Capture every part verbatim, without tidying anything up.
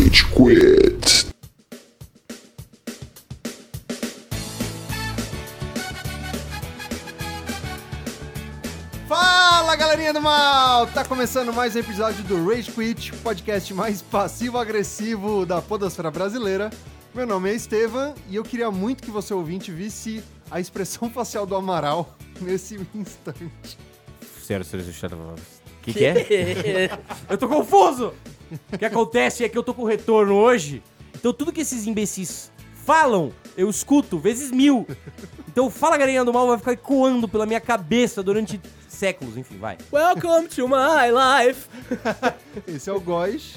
Rage Quit. Fala, galerinha do mal! Tá começando mais um episódio do Rage Quit, o podcast mais passivo-agressivo da podosfera brasileira. Meu nome é Estevam e eu queria muito que você, ouvinte, visse a expressão facial do Amaral nesse instante. Sério, sério, sério. O que, que é? Eu tô confuso! O que acontece é que eu tô com retorno hoje, então tudo que esses imbecis falam, eu escuto vezes mil. Então Fala Galerinha do Mal vai ficar ecoando pela minha cabeça durante séculos, enfim, vai. Welcome to my life! Esse é o Góis.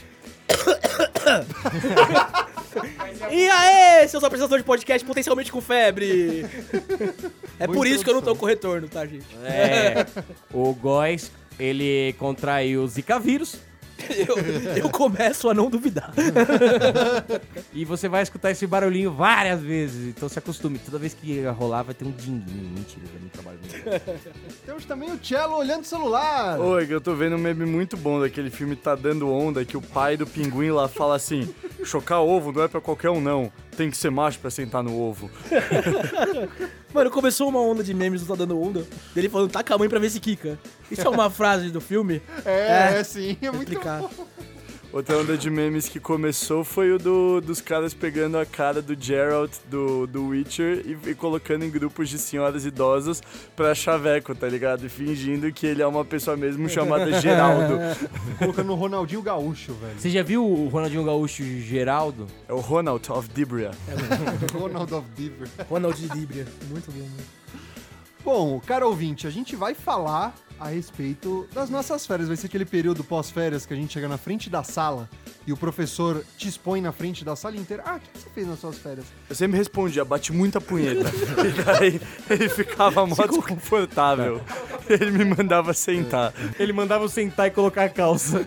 E aí, seus apresentadores de podcast potencialmente com febre! É Boa por isso que eu não tô introdução. com retorno, tá, gente? É, o Góis, ele contraiu o Zika vírus Eu, eu começo a não duvidar. e você vai escutar esse barulhinho várias vezes, então se acostume. Toda vez que rolar vai ter um dinguinho. Mentira, eu não trabalho muito. Temos também o Cello olhando o celular. Oi, eu tô vendo um meme muito bom daquele filme Tá Dando Onda, que o pai do pinguim lá fala assim: chocar ovo não é pra qualquer um não, tem que ser macho pra sentar no ovo. Mano, começou uma onda de memes do Tá Dando Onda, dele falando, taca a mãe pra ver se quica. Isso é uma frase do filme? É, É. é sim, é muito Explicar. bom. Outra onda de memes que começou foi o do, dos caras pegando a cara do Geralt do, do Witcher e, e colocando em grupos de senhoras idosas pra chaveco, tá ligado? E fingindo que ele é uma pessoa mesmo chamada Geraldo. Colocando o Ronaldinho Gaúcho, velho. Você já viu o Ronaldinho Gaúcho Geraldo? É o Ronald of Dibria. Ronald of Diver. Ronald de Libria. Muito bom, mano. Bom, cara ouvinte, a gente vai falar a respeito das nossas férias. Vai ser aquele período pós-férias que a gente chega na frente da sala e o professor te expõe na frente da sala inteira. Ah, o que você fez nas suas férias? Eu sempre respondia, bati muita punheta. E daí ele ficava mó desconfortável. Ele me mandava sentar. Ele mandava eu sentar e colocar a calça.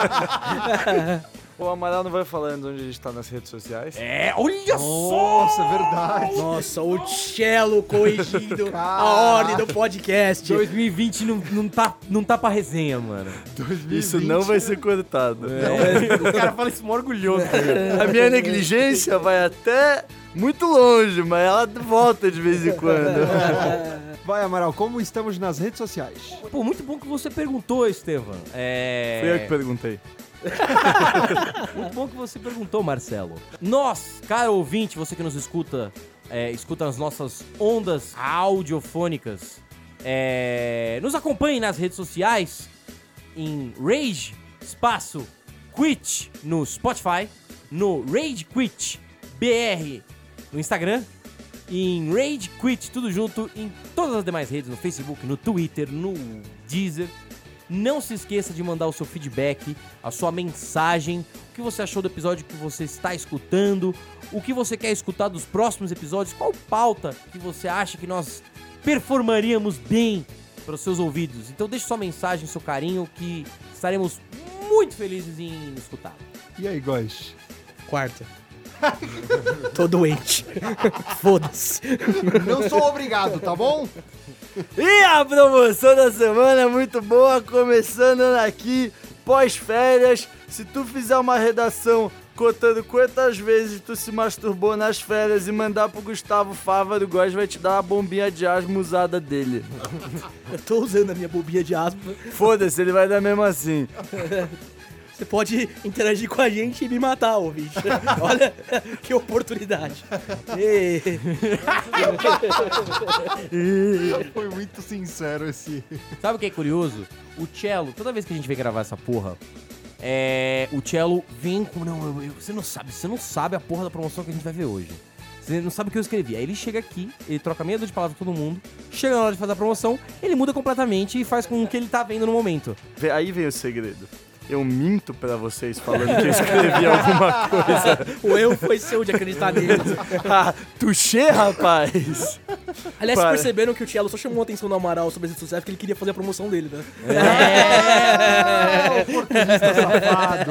O Amaral não vai falando onde a gente tá nas redes sociais? É, olha Nossa, só! é verdade. Nossa, o Cello corrigindo Cara. a ordem do podcast. dois mil e vinte não, não, tá, não tá pra resenha, mano. dois mil e Isso vinte. não vai ser cortado. O cara fala isso mó orgulhoso. A minha negligência vai até muito longe, mas ela volta de vez em quando. Vai, Amaral, como estamos nas redes sociais? Pô, muito bom que você perguntou, Estevam. É... Fui eu que perguntei. Muito bom que você perguntou, Marcelo. Nós, cara ouvinte, você que nos escuta, é, escuta as nossas ondas audiofônicas, é, nos acompanhe nas redes sociais, em Rage, espaço, Quit no Spotify, no Rage Quit B R no Instagram, e em Rage Quit, tudo junto, em todas as demais redes, no Facebook, no Twitter, no Deezer. Não se esqueça de mandar o seu feedback, a sua mensagem, o que você achou do episódio que você está escutando, o que você quer escutar dos próximos episódios, qual pauta que você acha que nós performaríamos bem para os seus ouvidos. Então deixe sua mensagem, seu carinho, que estaremos muito felizes em escutar. E aí, Góis? Quarta. Tô doente. Foda-se. Não sou obrigado, tá bom? E a promoção da semana é muito boa, começando aqui, pós-férias. Se tu fizer uma redação contando quantas vezes tu se masturbou nas férias e mandar pro Gustavo Fava do Góis, vai te dar uma bombinha de asma usada dele. Eu tô usando a minha bobinha de asma. Foda-se, ele vai dar mesmo assim. Você pode interagir com a gente e me matar, ouvinte. Olha que oportunidade. E... Foi muito sincero esse... Sabe o que é curioso? O Cello, toda vez que a gente vem gravar essa porra, é, o Cello vem com... Não, eu, eu- você não sabe, você não sabe a porra da promoção que a gente vai ver hoje. Você não sabe o que eu escrevi. Aí ele chega aqui, ele troca meia dúzia de palavras com todo mundo, chega na hora de fazer a promoção, ele muda completamente e faz com o que ele tá vendo no momento. Vê- Aí vem o segredo. Eu minto pra vocês falando que eu escrevi alguma coisa. O erro foi seu de acreditar nele. Ah, tuxê, rapaz! Aliás, Para. vocês perceberam que o Cello só chamou a atenção do Amaral sobre as redes sociais porque ele queria fazer a promoção dele, né? É, oportunista safado.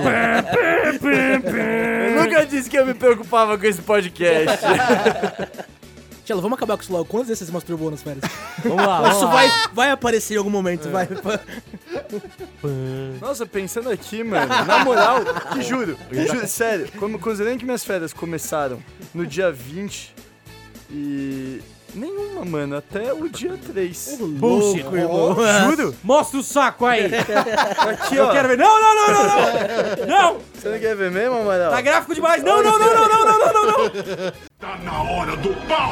Eu nunca disse que eu me preocupava com esse podcast. Cello, vamos acabar com isso logo. Quantas vezes você se masturbou nas férias? Vamos lá, vamos Isso lá. vai, vai aparecer em algum momento, vai. Nossa, pensando aqui, mano, na moral, te juro, juro, sério, como, considerando que minhas férias começaram no dia vinte e... Nenhuma, mano, até o dia três. Bullshit, irmão. Juro? Mostra o saco aí. Aqui, Eu ó. quero ver. Não, não, não, não, não. Não. Você não quer ver mesmo, Amaral? Tá gráfico demais. Não, não, não, não, não, não, não, não, não. Tá na hora do pau!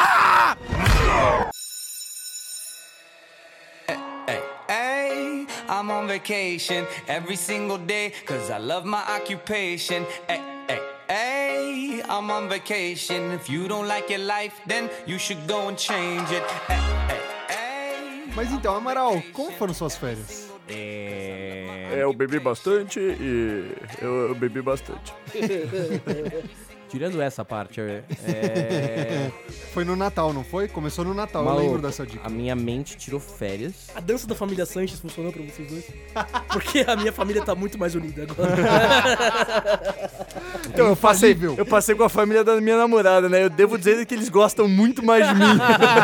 Hey, I'm on vacation every single day, cause I love my occupation. Hey, hey, hey, I'm on vacation. If you don't like your life, then you should go and change it. Hey, hey, hey. Mas então, Amaral, como foram suas férias? É... É, eu bebi bastante e eu, eu bebi bastante. Tirando essa parte, é... é... Foi no Natal, não foi? Começou no Natal, eu Maluco, lembro dessa dica. A minha mente tirou férias. A dança da família Sanches funcionou pra vocês dois? Porque a minha família tá muito mais unida agora. Então, eu passei, infalível. eu passei com a família da minha namorada, né? Eu devo dizer que eles gostam muito mais de mim.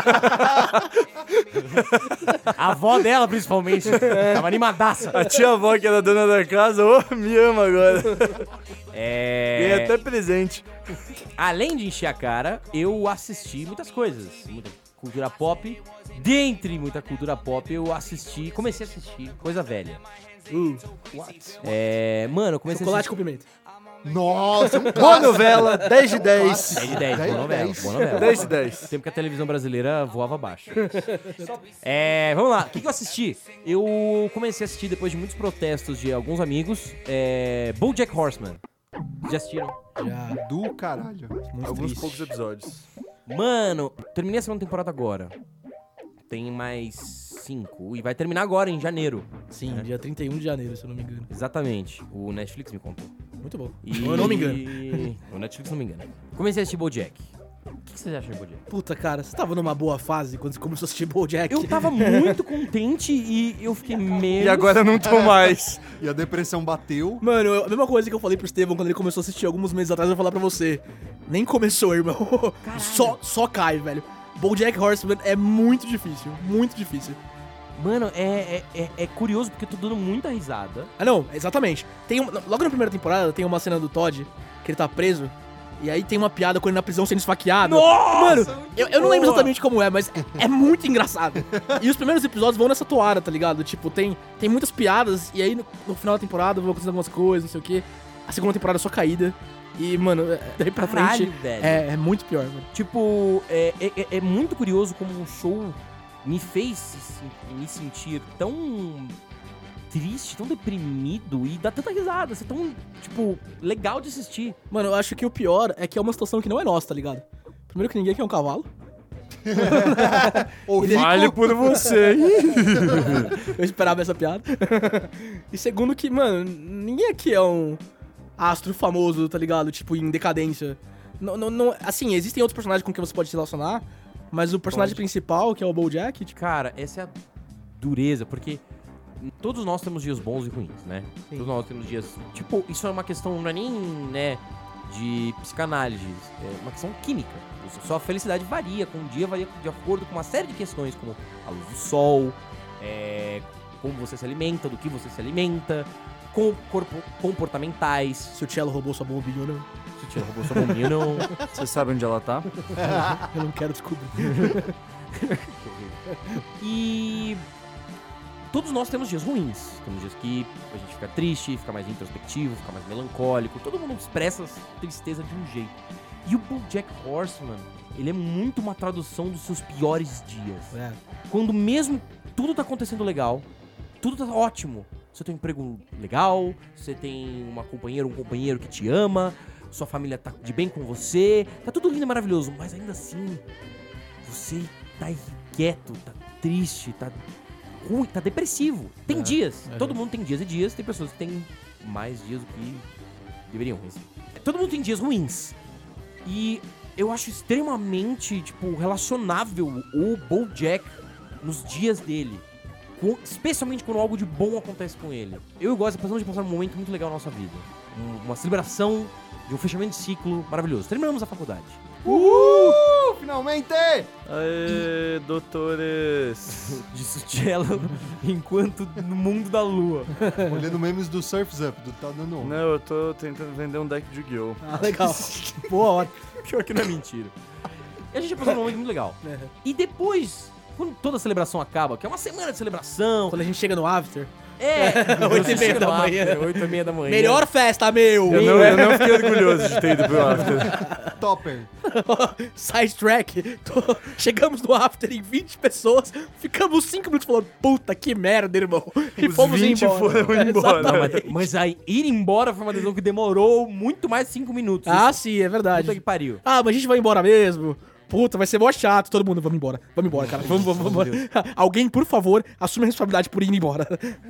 A avó dela, principalmente. Tava animadaça. A tia-avó, que era dona da casa, oh, me ama agora. Ganhei É... até presente. Além de encher a cara, eu assisti muitas coisas. Muita cultura pop. Dentre muita cultura pop, eu assisti... Comecei a assistir coisa velha. Uh, É... Mano, eu comecei chocolate a com pimenta. Nossa, um Boa novela, dez de dez. assistir... dez de dez, boa novela, dez. boa novela. dez de dez. Tempo que a televisão brasileira voava abaixo. É, vamos lá. O que, que eu assisti? Eu comecei a assistir depois de muitos protestos de alguns amigos. É, BoJack Horseman. Já assistiram? Já, do caralho. muito Alguns triste. poucos episódios. Mano, terminei a segunda temporada agora. Tem mais cinco. E vai terminar agora, em janeiro. Sim, dia trinta e um de janeiro, se eu não me engano. Exatamente. O Netflix me contou. Muito bom. E... Eu não me engano. O Netflix não me engana. Comecei a assistir BoJack. O que, que vocês acham de BoJack? Puta, cara, você tava numa boa fase quando você começou a assistir BoJack? Eu tava muito contente e eu fiquei meio... E agora não tô mais. E a depressão bateu. Mano, eu- a mesma coisa que eu falei pro Estevão quando ele começou a assistir alguns meses atrás, eu vou falar pra você. Nem começou, irmão. Só, só cai, velho. BoJack Horseman é muito difícil, muito difícil. Mano, é, é, é, é curioso porque eu tô dando muita risada. Ah, não, exatamente. Tem um- logo na primeira temporada tem uma cena do Todd, que ele tá preso, e aí tem uma piada com ele na prisão sendo esfaqueado. Nossa, Mano, muito eu, eu não lembro boa. exatamente como é, mas é, é muito engraçado. E os primeiros episódios vão nessa toada, tá ligado? Tipo, tem, tem muitas piadas, e aí no, no final da temporada vão acontecendo algumas coisas, não sei o quê. A segunda temporada é só caída. E, mano, é- daí pra Caralho, frente velho. é, é muito pior, mano. Tipo, é, é, é- é muito curioso como um show me fez se sen- me sentir tão triste, tão deprimido e dá tanta risada, ser tão, tipo, legal de assistir. Mano, eu acho que o pior é que é uma situação que não é nossa, tá ligado? Primeiro que ninguém quer um cavalo. Ou Vale por você. Eu esperava essa piada. E segundo que, mano, ninguém aqui é um astro famoso, tá ligado? Tipo, em decadência. Não, não, não- assim, existem outros personagens com quem você pode se relacionar, mas o personagem principal, que é o BoJack, tipo, Cara, essa é a dureza, porque todos nós temos dias bons e ruins, né? Sim. Todos nós temos dias... Tipo, isso é uma questão, não é nem, né, de psicanálise, é uma questão química. Sua felicidade varia, com o dia varia de acordo com uma série de questões, como a luz do sol, é, como você se alimenta, do que você se alimenta, com corpo, comportamentais, se o Cello roubou sua bombinha ou não. se o tio roubou sua bombinha ou não. Você sabe onde ela tá? Eu não quero descobrir. E todos nós temos dias ruins. Temos dias que a gente fica triste, fica mais introspectivo, fica mais melancólico. Todo mundo expressa tristeza de um jeito. E o BoJack Horseman, ele é muito uma tradução dos seus piores dias. É. Quando mesmo tudo tá acontecendo legal, tudo tá ótimo. Você tem um emprego legal, você tem uma companheira, um companheiro que te ama, sua família tá de bem com você, tá tudo lindo e maravilhoso, mas ainda assim, você tá inquieto, tá triste, tá ruim, tá depressivo. Tem É, dias, é. todo mundo tem dias e dias, tem pessoas que têm mais dias do que deveriam. Mas todo mundo tem dias ruins. E eu acho extremamente, tipo, relacionável o BoJack nos dias dele. Com- especialmente quando algo de bom acontece com ele. Eu e o Góis passamos de passar um momento muito legal na nossa vida. Um- uma celebração de um fechamento de ciclo maravilhoso. Terminamos a faculdade. Uhul! finalmente! Aê, doutores. De sutiã enquanto no mundo da lua. Olhando memes do Surf's Up, do Tá Dando Onda. Não, eu tô tentando vender um deck de Yu-Gi-Oh! Ah, legal. Boa, ótimo. Pior que não é mentira. E a gente passou um momento muito legal. E depois, quando toda a celebração acaba, que é uma semana de celebração... Quando a gente chega no after. É, Oito e meia da manhã. Oito e meia da manhã. Melhor festa, meu! Eu não, eu não fiquei orgulhoso de ter ido pro after. Topper. Side track. Tô- Chegamos no after em vinte pessoas, ficamos cinco minutos falando, puta que merda, irmão. E Os fomos vinte embora. foram É, embora. Não, mas, mas aí ir embora foi uma decisão que demorou muito mais de cinco minutos. Ah, sim, é verdade. Puta que pariu. Ah, mas a gente vai embora mesmo. Puta, vai ser mó chato. Todo mundo, vamos embora. Vamos embora, cara. Vamos, vamos, vamos embora. Alguém, por favor, assume a responsabilidade por ir embora.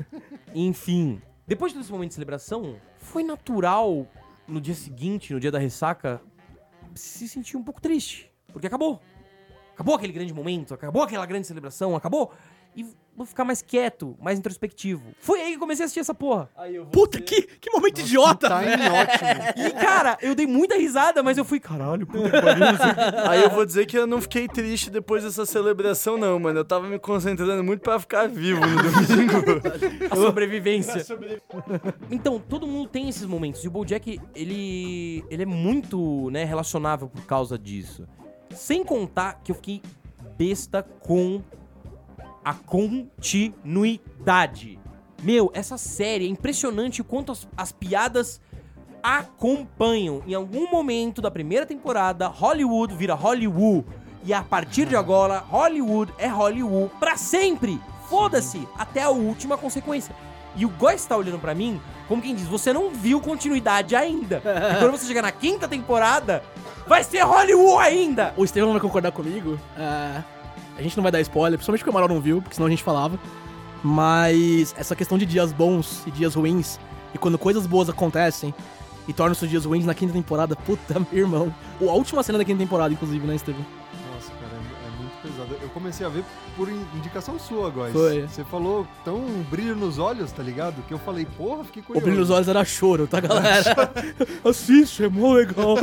Enfim, depois desse momento de celebração, foi natural no dia seguinte, no dia da ressaca, se sentir um pouco triste. Porque acabou. Acabou aquele grande momento, acabou aquela grande celebração, acabou. E vou ficar mais quieto, mais introspectivo. Foi aí que eu comecei a assistir essa porra. Puta, que, que momento idiota. Tá em ótimo. E, cara, eu dei muita risada, mas eu fui, caralho, puta que pariu, não sei o quê. Aí eu vou dizer que eu não fiquei triste depois dessa celebração, não, mano. Eu tava me concentrando muito pra ficar vivo no domingo. A sobrevivência. Então, todo mundo tem esses momentos. E o BoJack, ele, ele é muito, né, relacionável por causa disso. Sem contar que eu fiquei besta com a continuidade. Meu, essa série é impressionante o quanto as, as piadas acompanham. Em algum momento da primeira temporada, Hollywood vira Hollywood. E a partir de agora, Hollywood é Hollywood pra sempre. Foda-se, até a última consequência. E o Góis tá olhando pra mim como quem diz, você não viu continuidade ainda. E quando você chegar na quinta temporada, vai ser Hollywood ainda. O Estevão vai concordar comigo. É, a gente não vai dar spoiler, principalmente porque o Amaral não viu, porque senão a gente falava. Mas essa questão de dias bons e dias ruins, e quando coisas boas acontecem e tornam-se os dias ruins na quinta temporada, puta, meu irmão. Ou a última cena da quinta temporada, inclusive, né, Estevão? Nossa, cara, é, é muito pesado. Eu comecei a ver por in- indicação sua, Góis. Foi. Você falou tão brilho nos olhos, tá ligado? Que eu falei, porra, fiquei O curioso. brilho nos olhos era choro, tá, galera? Assiste, é mó legal.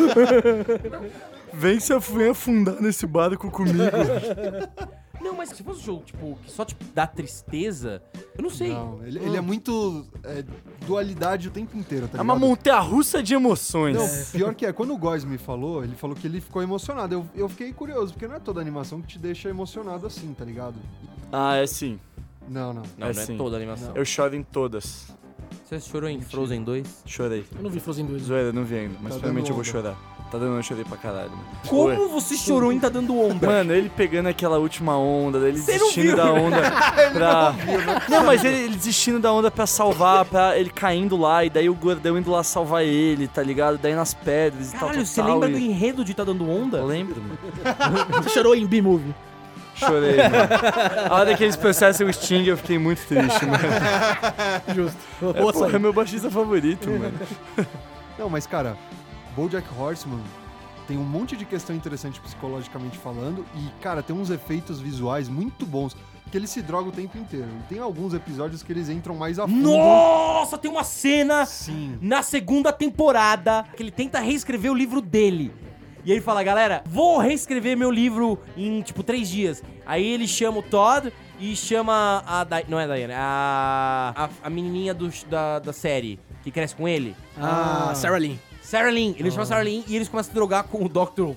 Vem se vem afundar nesse barco comigo. Não, mas se fosse um jogo, tipo, que só, tipo, dá tristeza, eu não sei. Não, ele, ele é muito é, dualidade o tempo inteiro, tá É ligado? uma montanha-russa de emoções. Não, pior que é, quando o Góis me falou, ele falou que ele ficou emocionado. Eu, eu fiquei curioso, porque não é toda animação que te deixa emocionado assim, tá ligado? Ah, é sim. Não, não. Não, É não é sim. toda a animação. Eu choro em todas. Você chorou em Frozen dois? Chorei. Eu não vi Frozen dois. Zoeira, não vi ainda, mas Tá provavelmente eu dando vou onda. chorar. Tá dando, eu chorei pra caralho, mano. Como Ué. você chorou em Tá Dando Onda? Mano, ele pegando aquela última onda, daí ele Você não desistindo viu? da onda pra... Não, mas ele, ele desistindo da onda pra salvar, pra ele caindo lá, e daí o gordão indo lá salvar ele, tá ligado? Daí nas pedras e tal, Caralho, tal, você tal, lembra e... do enredo de Tá Dando Onda? Eu lembro, mano. Você chorou em B-Movie. Chorei, mano. A hora que eles processam o Sting, eu fiquei muito triste, mano. Justo. É, Boa porra, é saída. meu baixista favorito, mano. Não, mas cara, BoJack Horseman tem um monte de questão interessante psicologicamente falando e, cara, tem uns efeitos visuais muito bons, que ele se droga o tempo inteiro. E tem alguns episódios que eles entram mais a fundo. Nossa, tem uma cena Sim. na segunda temporada que ele tenta reescrever o livro dele. E ele fala, galera, vou reescrever meu livro em, tipo, três dias. Aí ele chama o Todd e chama a... Di- não é a Diana, a, a, a menininha do, da, da série que cresce com ele. Ah, Ah. Sarah Lynn. Sarah Lynn. Ele chama Sarah Lynn e eles começam a drogar com o doutor Who.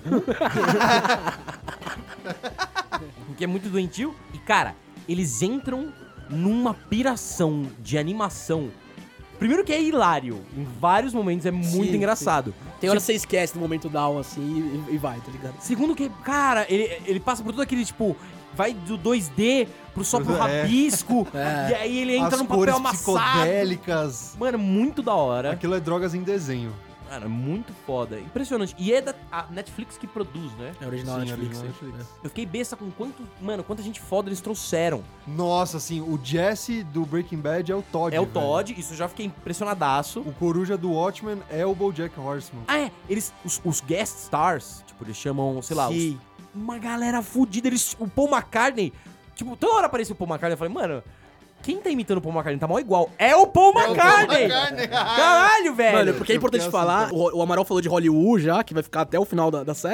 Que é muito doentio. E, cara, eles entram numa piração de animação. Primeiro que é hilário. Em vários momentos é muito Sim, engraçado. Tem hora que você esquece do momento down, assim, e, e vai, tá ligado? Segundo que, cara, ele, ele passa por tudo aquele, tipo... Vai do dois D pro só pro É. rabisco. É. E aí ele entra As no cores papel amassado. psicodélicas. Mano, muito da hora. Aquilo é drogas em desenho. Cara, muito foda. Impressionante. E é da a Netflix que produz, né? É original Sim, Netflix. original é. Netflix. Eu fiquei besta com quanto... Mano, quanta gente foda eles trouxeram. Nossa, assim, o Jesse do Breaking Bad é o Todd. É o velho. Todd, isso eu já fiquei impressionadaço. O Coruja do Watchmen é o BoJack Horseman. Ah, é. Eles... Os, os guest stars, tipo, eles chamam, sei lá... Sim. os- uma galera fodida. Eles... O Paul McCartney... Tipo, toda hora aparecia o Paul McCartney. Eu falei, mano... Quem tá imitando o Paul McCartney tá mal igual. É o Paul McCartney! Caralho, velho! Mano, porque é eu importante fiquei falar, assim, o, o Amaral falou de Hollywood já, que vai ficar até o final da, da série.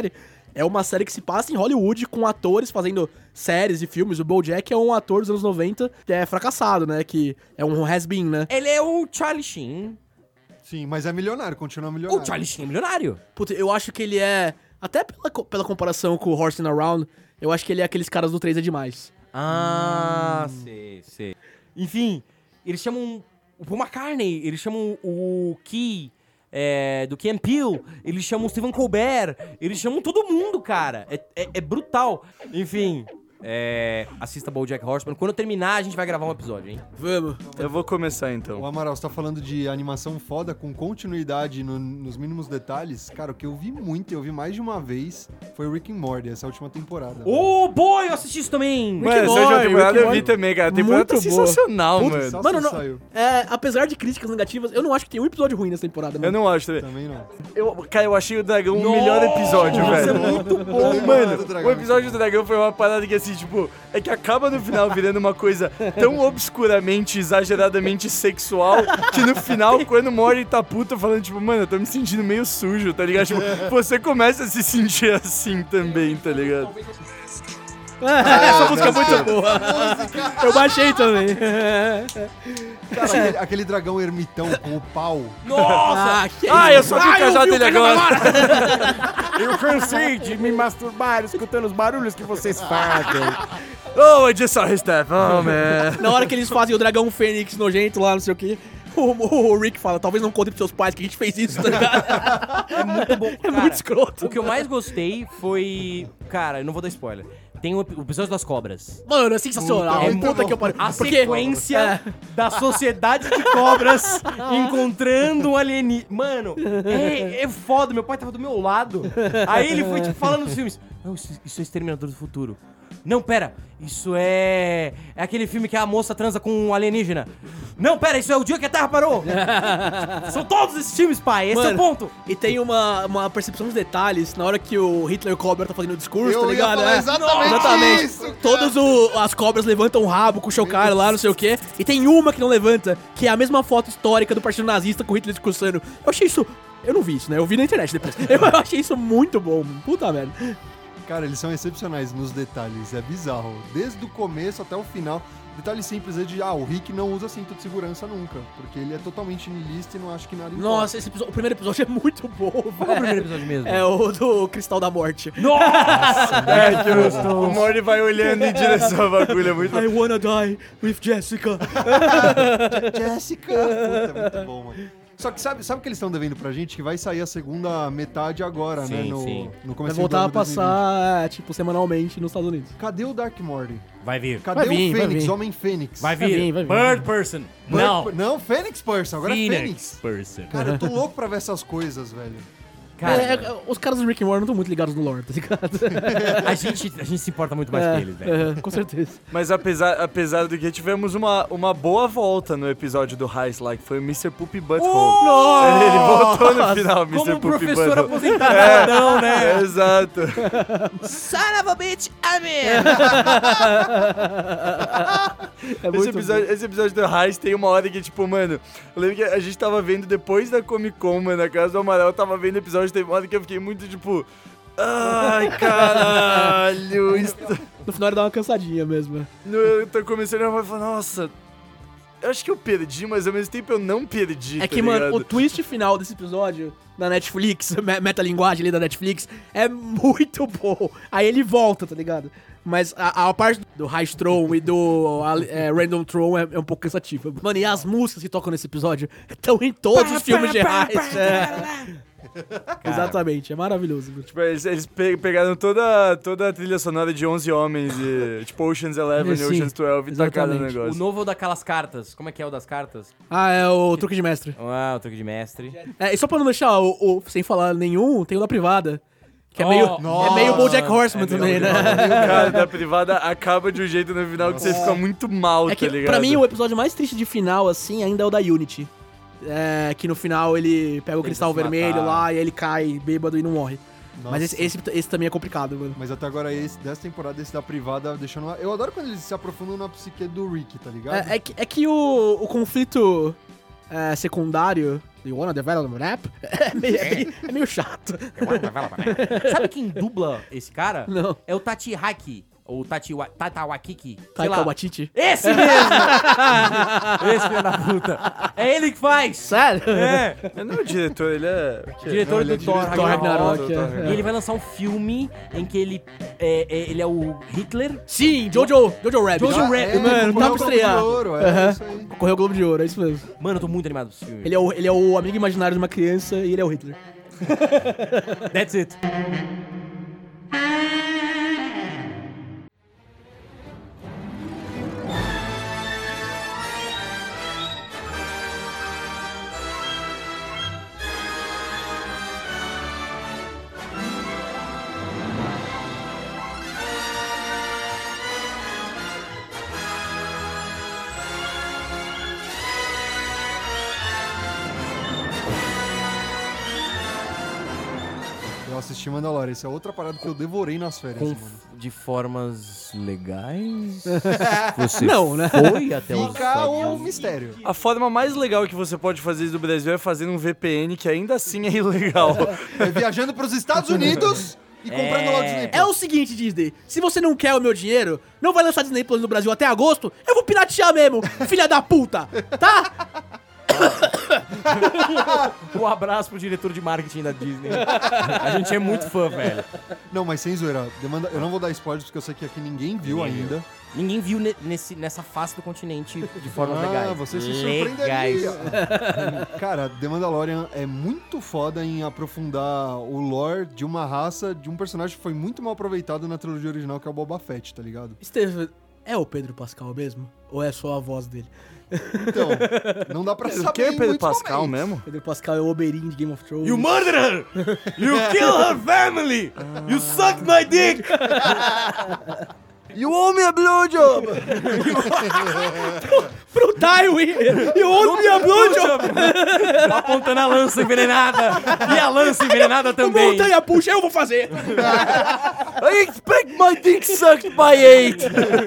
é uma série que se passa em Hollywood com atores fazendo séries e filmes. O BoJack é um ator dos anos noventa que é fracassado, né? Que é um has-been, né? Ele é o Charlie Sheen. Sim, mas é milionário, continua milionário. O Charlie Sheen é milionário. Puta, eu acho que ele é... Até pela, co- pela comparação com o Horsing Around, eu acho que ele é aqueles caras do três é demais. Ah, Hum. sei, sei. Enfim, eles chamam o Paul McCartney, eles chamam o Key, é, do Key and Peele, eles chamam o Stephen Colbert, eles chamam todo mundo, cara. É, é, é brutal. Enfim, é, assista BoJack Horseman. Quando eu terminar, a gente vai gravar um episódio, hein? Vamos. Eu vou começar então. O Amaral, você tá falando de animação foda com continuidade no- nos mínimos detalhes. Cara, o que eu vi muito, eu vi mais de uma vez, foi Rick and Morty, essa última temporada. Ô, oh, boy, eu assisti isso também. Mano, essa Morty, última temporada Rick eu vi Morty. também, cara. A temporada tá Muito boa. sensacional, Puta, mano. só Mano, não, saiu. é, apesar de críticas negativas, eu não acho que tem um episódio ruim nessa temporada, mano. Eu não acho também. Também não. Eu, cara, eu achei o Dragão o melhor episódio, Nossa, velho. é muito bom, Do Mano, Dragão. o episódio do Dragão foi uma parada que, assim, tipo, é que acaba no final virando uma coisa tão obscuramente, exageradamente sexual, que no final, quando o Mori tá puto, falando, tipo, mano, eu tô me sentindo meio sujo, tá ligado? Tipo, você começa a se sentir assim também, tá ligado? Essa música é muito boa. Eu baixei também. Cara, aquele, aquele dragão ermitão com o pau. Nossa! Ah, que Ah, eu só vi o cajado dele agora. Eu cansei de me masturbar escutando os barulhos que vocês fazem. Oh, I just saw his death. Oh, man. Na hora que eles fazem o dragão fênix nojento lá, não sei o que, o, o Rick fala, talvez não conte pros seus pais que a gente fez isso, tá ligado? É muito bom. É Cara, muito escroto. o que eu mais gostei foi... Cara, eu não vou dar spoiler. Tem o ep- o episódio das cobras. Mano, é sensacional. Puta, É muito puta bom. que eu pariu. A Porque- sequência É. da sociedade de cobras encontrando um alienígena. Mano, é, é foda. Meu pai tava do meu lado. Aí ele foi, tipo, falando nos filmes. Não, isso, isso é Exterminador do Futuro. Não, pera. Isso é... É aquele filme que a moça transa com um alienígena. Não, pera. Isso é O Dia que a Terra Parou. São todos esses filmes, pai. Esse Mano, é o ponto. E tem uma, uma percepção dos detalhes na hora que o Hitler Cobra tá fazendo o discurso, Eu tá ia ligado? falar É. exatamente Exatamente. isso, cara. Todas o- as cobras levantam o rabo com o chocalho lá, não sei o quê. E tem uma que não levanta, que é a mesma foto histórica do Partido Nazista com o Hitler discursando. Eu achei isso... Eu não vi isso, né? Eu vi na internet depois. Eu achei isso muito bom. Puta merda. Cara, eles são excepcionais nos detalhes, é bizarro. Desde o começo até o final. Detalhe simples é de, ah, o Rick não usa cinto de segurança nunca. Porque ele é totalmente niilista e não acha que nada importa. Nossa, esse episódio- o primeiro episódio é muito bom, velho. Qual é o primeiro episódio mesmo? É o do Cristal da Morte. É, que o, o Mori vai olhando em direção ao bagulho, é muito I wanna die with Jessica. Jessica! Puta, muito bom, mano. Só que sabe, sabe o que eles estão devendo pra gente? Que vai sair a segunda metade agora, Sim, né? No, sim. no Vai começo voltar a passar, tipo, semanalmente nos Estados Unidos. Cadê o Dark Morty? Vai vir. Cadê Vai vir, o vai Fênix, vir. Homem Fênix? Vai Vai vir. vir, vai vir. Bird Person. Não. Bird- Não, Fênix Person, agora é Fênix. Person. Cara, eu tô louco pra ver essas coisas, velho. Cara, É, é, os caras do Rick and Morty não estão muito ligados no lore, tá ligado? a, gente, a gente se importa muito mais É, que eles, velho. é, com certeza. Mas apesar, apesar do que, tivemos uma, uma boa volta no episódio do Heist, like, foi o mister Poopy Butthole. Oh! Ele voltou no final, Como mister um Poopy professor Butthole. aposentado, né? É, exato. Son of a bitch, I'm in. É Esse muito episódio, esse episódio do Heist tem uma hora que, tipo, mano, eu lembro que a gente tava vendo depois da Comic Con, mano, na casa do Amaral, tava vendo o episódio, teve uma hora que eu fiquei muito, tipo... Ai, caralho, isso... bom. No final ele dá uma cansadinha mesmo. Eu tô começando a falar, nossa... Eu acho que eu perdi, mas ao mesmo tempo eu não perdi, É tá que, mano, ligado? o twist final desse episódio da Netflix, me- metalinguagem ali da Netflix, é muito bom. Aí ele volta, tá ligado? Mas a, a parte do High Throne e do a- é, Random Throne é, é um pouco cansativa. Mano, e as músicas que tocam nesse episódio estão em todos os filmes de Heist. É. Exatamente, é maravilhoso. Tipo, eles, eles pe- pegaram toda, toda a trilha sonora de onze Homens, e, tipo Ocean's Eleven e Sim, Ocean's doze e tacaram no exatamente. O negócio. novo daquelas cartas. Como é que é o das cartas? Ah, é o Truque de Mestre. Ah, o truque de mestre. É, e só pra não deixar o, o- sem falar nenhum, tem o da privada. Que é Oh, meio, é nossa. meio BoJack Horseman É meio também, né? O cara da privada acaba de um jeito no final que você fica muito mal, É que, tá ligado? pra mim, o episódio mais triste de final, assim, ainda é o da Unity. É, que no final ele pega o Tenta cristal se vermelho matar. lá e ele cai bêbado e não morre. Nossa. Mas esse, esse, esse também é complicado, mano. Mas até agora, esse, dessa temporada, esse da privada, deixando... Eu adoro quando eles se aprofundam na psique do Rick, tá ligado? É, é que, é que o, o conflito é, secundário You wanna develop a rap? É meio, é meio, é meio chato. Sabe quem dubla esse cara? Não. É o Tati Haki. Ou Tati Wa- Tata Wakiki. sei Taika lá. Waititi. Esse mesmo! Esse filho da puta. É ele que faz. Sério? É. Ele não é o diretor, ele é... o quê? Diretor Não, ele do é Thor diretor Thor Ragnarok. Ragnarok. E é. ele vai lançar um filme em que ele é, é- ele é o Hitler. Sim, Jojo, Jojo Rabbit. Jojo Rabbit. É, Mano, concorreu tá pra o Globo estrear. de Ouro, é, Aham. isso aí. Correu o Globo de Ouro, é isso mesmo. Mano, eu tô muito animado pra esse filme. Ele é, o, ele é o amigo imaginário de uma criança e ele é o Hitler. That's it. Eu assisti Mandalorian, essa é outra parada que eu devorei nas férias, Com, mano. de formas legais? Você Não, né? foi até os Fica Estados o Unidos? mistério. A forma mais legal que você pode fazer isso do Brasil é fazendo um V P N, que ainda assim é ilegal. É viajando pros Estados Unidos e comprando É. lá o Disney Plus. É o seguinte, Disney. Se você não quer o meu dinheiro, não vai lançar Disney Plus no Brasil até agosto, eu vou piratear mesmo, filha da puta, tá? Um abraço pro diretor de marketing da Disney. A gente é muito fã, velho. Não, mas sem zoeira, demanda... eu não vou dar spoilers porque eu sei que aqui ninguém viu Ninguém ainda. Ninguém viu ne- nesse, nessa face do continente de formas Ah, legais. você se legais. surpreenderia. Cara, The Mandalorian é muito foda em aprofundar o lore de uma raça, de um personagem que foi muito mal aproveitado na trilogia original, que é o Boba Fett, tá ligado? Steven, é o Pedro Pascal mesmo? Ou é só a voz dele? Então, não dá pra saber O que é em Pedro muitos Pascal momentos. mesmo? Pedro Pascal é o Oberyn de Game of Thrones. You murder her! You kill her family! You suck my dick! You owe me a blowjob! Pro Tywin! E o outro me blowjob! Apontando a lança envenenada! E a lança envenenada também! Montanha puxa, eu vou fazer! I expect my dick sucked by eight!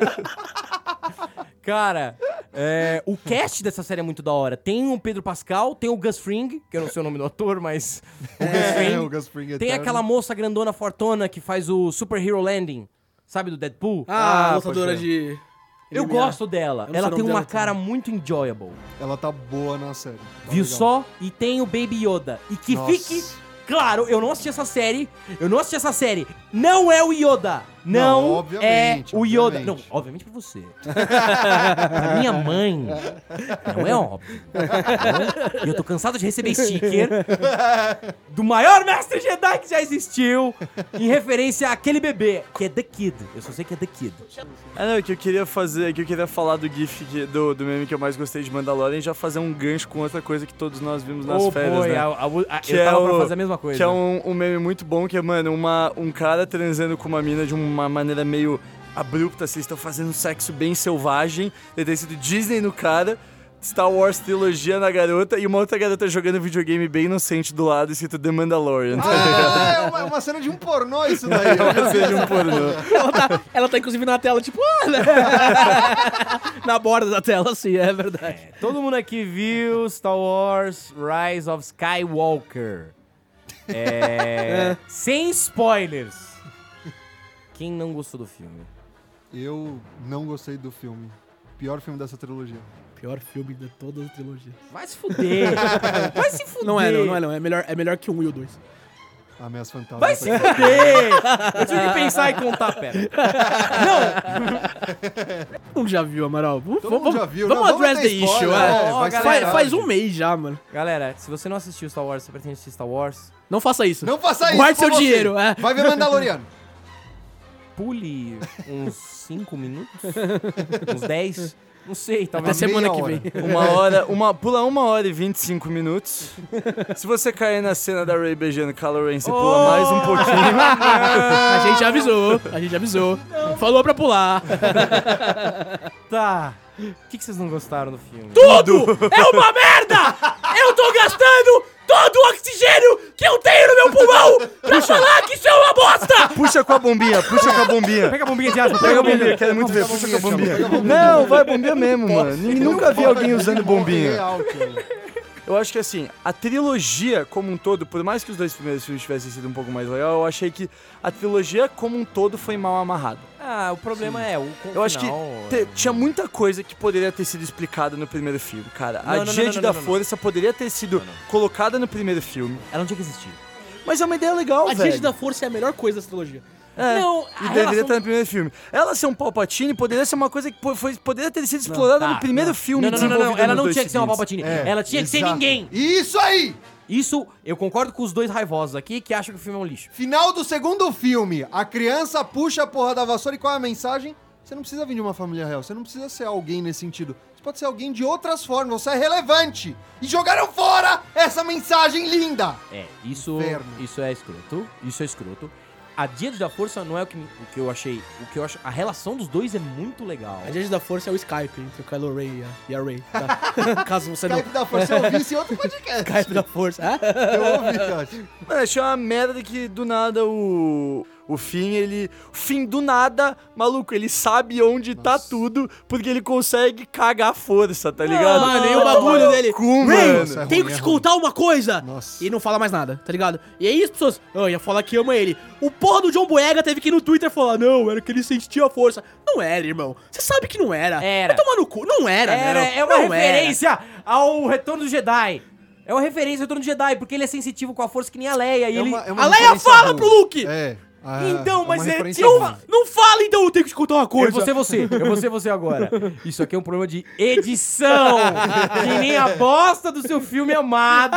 Cara, é, o cast dessa série é muito da hora. Tem o Pedro Pascal, tem o Gus Fring, que eu não sei o nome do ator, mas... O Gus É, Fring. o Gus Fring Tem eterno. aquela moça grandona fortona que faz o Super Hero Landing, sabe, do Deadpool? Ah, Ah, lutadora pode de... eu gosto dela. Eu não sei Ela o tem nome uma dela cara muito enjoyable. Ela tá boa na série. Tá Viu legal. só? E tem o Baby Yoda. E que Nossa. fique claro, eu não assisti essa série. Eu não assisti essa série. Não é o Yoda. Não, Não, é obviamente, o Yoda. obviamente. Não, obviamente pra você. Pra minha mãe, não é óbvio. Não? E eu tô cansado de receber sticker do maior mestre Jedi que já existiu em referência àquele bebê, que é The Kid. Eu só sei que é The Kid. Ah, não, é que eu queria fazer, é que eu queria falar do GIF que- do, do meme que eu mais gostei de Mandalorian e já fazer um gancho com outra coisa que todos nós vimos nas Oh, férias, boy, né? a- a- a- Que eu é tava o- pra fazer a mesma coisa. Que é um, um meme muito bom, que é, mano, uma, um cara transando com uma mina de uma maneira meio abrupta, assim, eles estão fazendo um sexo bem selvagem, ele tem sido Disney no cara, Star Wars trilogia na garota e uma outra garota jogando videogame bem inocente do lado, escrito The Mandalorian, tá ligado? Ah, é uma, é uma cena de um pornô isso daí. Seja um pornô. Ela tá, ela tá inclusive na tela, tipo... ah, né? Na borda da tela, sim, é verdade. Todo mundo aqui viu Star Wars Rise of Skywalker. É... Sem spoilers. Quem não gostou do filme? Eu não gostei do filme. Pior filme dessa trilogia. Pior filme de todas as trilogias. Vai se fuder. Vai se fuder. Não é, não, não é, não. É melhor, é melhor que o um e o dois. Ameaça Fantasma. Vai se fuder. Eu tive que pensar e contar, pera. Não. Todo mundo já viu, Amaral? Vamos, Todo mundo já viu, Vamos não, vamos address ter the spoiler, issue, é, é. vai Faz- ser faz, tarde. um mês já, mano. Galera, se você não assistiu Star Wars, você pretende assistir Star Wars, Não faça isso. Não faça isso. Guarde por seu você. dinheiro, é. Vai ver Mandaloriano. pule uns cinco minutos, uns dez, não sei, Até talvez. semana meia que hora. vem. Uma hora, uma, pula uma hora e vinte e cinco minutos. Se você cair na cena da Rey beijando Kylo Ren, você pula mais um pouquinho. A gente avisou, a gente avisou. Falou pra pular. Tá. O que, que vocês não gostaram do filme? Tudo é uma merda! Eu tô gastando todo o oxigênio que eu tenho no meu pulmão pra falar que isso é uma bosta! Puxa com a bombinha, puxa com a bombinha. Pega a bombinha de asma, Pega a bombinha, quero muito ver, puxa com a bombinha. Não, vai bombinha mesmo, mano. Ninguém nunca vi alguém usando bombinha. Real, cara. Eu acho que assim, a trilogia como um todo, por mais que os dois primeiros filmes tivessem sido um pouco mais legal, eu achei que a trilogia como um todo foi mal amarrada. Ah, o problema Sim. é o com Eu acho que final, te, é... tinha muita coisa que poderia ter sido explicada no primeiro filme, cara. Não, a não, não, Jade não, da não, não, Força poderia ter sido não, não. colocada no primeiro filme. Ela não tinha que existir. Mas é uma ideia legal, A velho. Jade da Força é a melhor coisa dessa trilogia. É, Não, e a deveria relação- estar no primeiro filme. Ela ser um Palpatine poderia ser uma coisa que po- foi, poderia ter sido explorada Tá, no primeiro não. filme. Não, não, não, não, não. desenvolvida Ela nos não dois tinha que ser uma seguintes. Palpatine. É, Ela tinha que ser exato. ninguém. Isso aí! Isso, eu concordo com os dois raivosos aqui que acham que o filme é um lixo. Final do segundo filme, a criança puxa a porra da vassoura e qual é a mensagem? Você não precisa vir de uma família real, você não precisa ser alguém nesse sentido. Você pode ser alguém de outras formas, você é relevante. E jogaram fora essa mensagem linda! É, isso, Inferno. isso é escroto. Isso é escroto. A Jade da Força não é o que, o que eu achei. O que eu acho. A relação dos dois é muito legal. A Jade da Força é o Skype entre o Kylo Ren e a, e a Rey. Tá? Caso você não... Skype da Força eu ouvi isso em outro podcast. Skype da Força. Ah? Eu ouvi, eu acho. Mano, achei uma merda que do nada o. O Finn, ele. O Finn do nada, maluco, ele sabe onde tá tudo, porque ele consegue cagar a força, tá ligado? Mano, e o bagulho dele. Cu, Ray, mano. Nossa, é tenho ruim, que é te contar uma coisa. Nossa. E não fala mais nada, tá ligado? E aí as pessoas, oh, ia falar que ama ele. O porra do John Boyega teve que ir no Twitter falar, não, era que ele sentia a força. Não era, irmão. Você sabe que não era. Era. Vai tomar no cu. Não era, Era, não. é uma Não era. referência ao Retorno do Jedi. É uma referência ao Retorno do Jedi, porque ele é sensitivo com a força que nem a Leia. E É ele... uma- é uma A Leia referência fala ruim. pro Luke. É. Ah, Então, mas uma é- referência eu- ruim. Não fala então, eu tenho que te contar uma Eu coisa. vou ser você, eu vou ser você agora. Isso aqui é um problema de edição. Que nem a bosta do seu filme amado.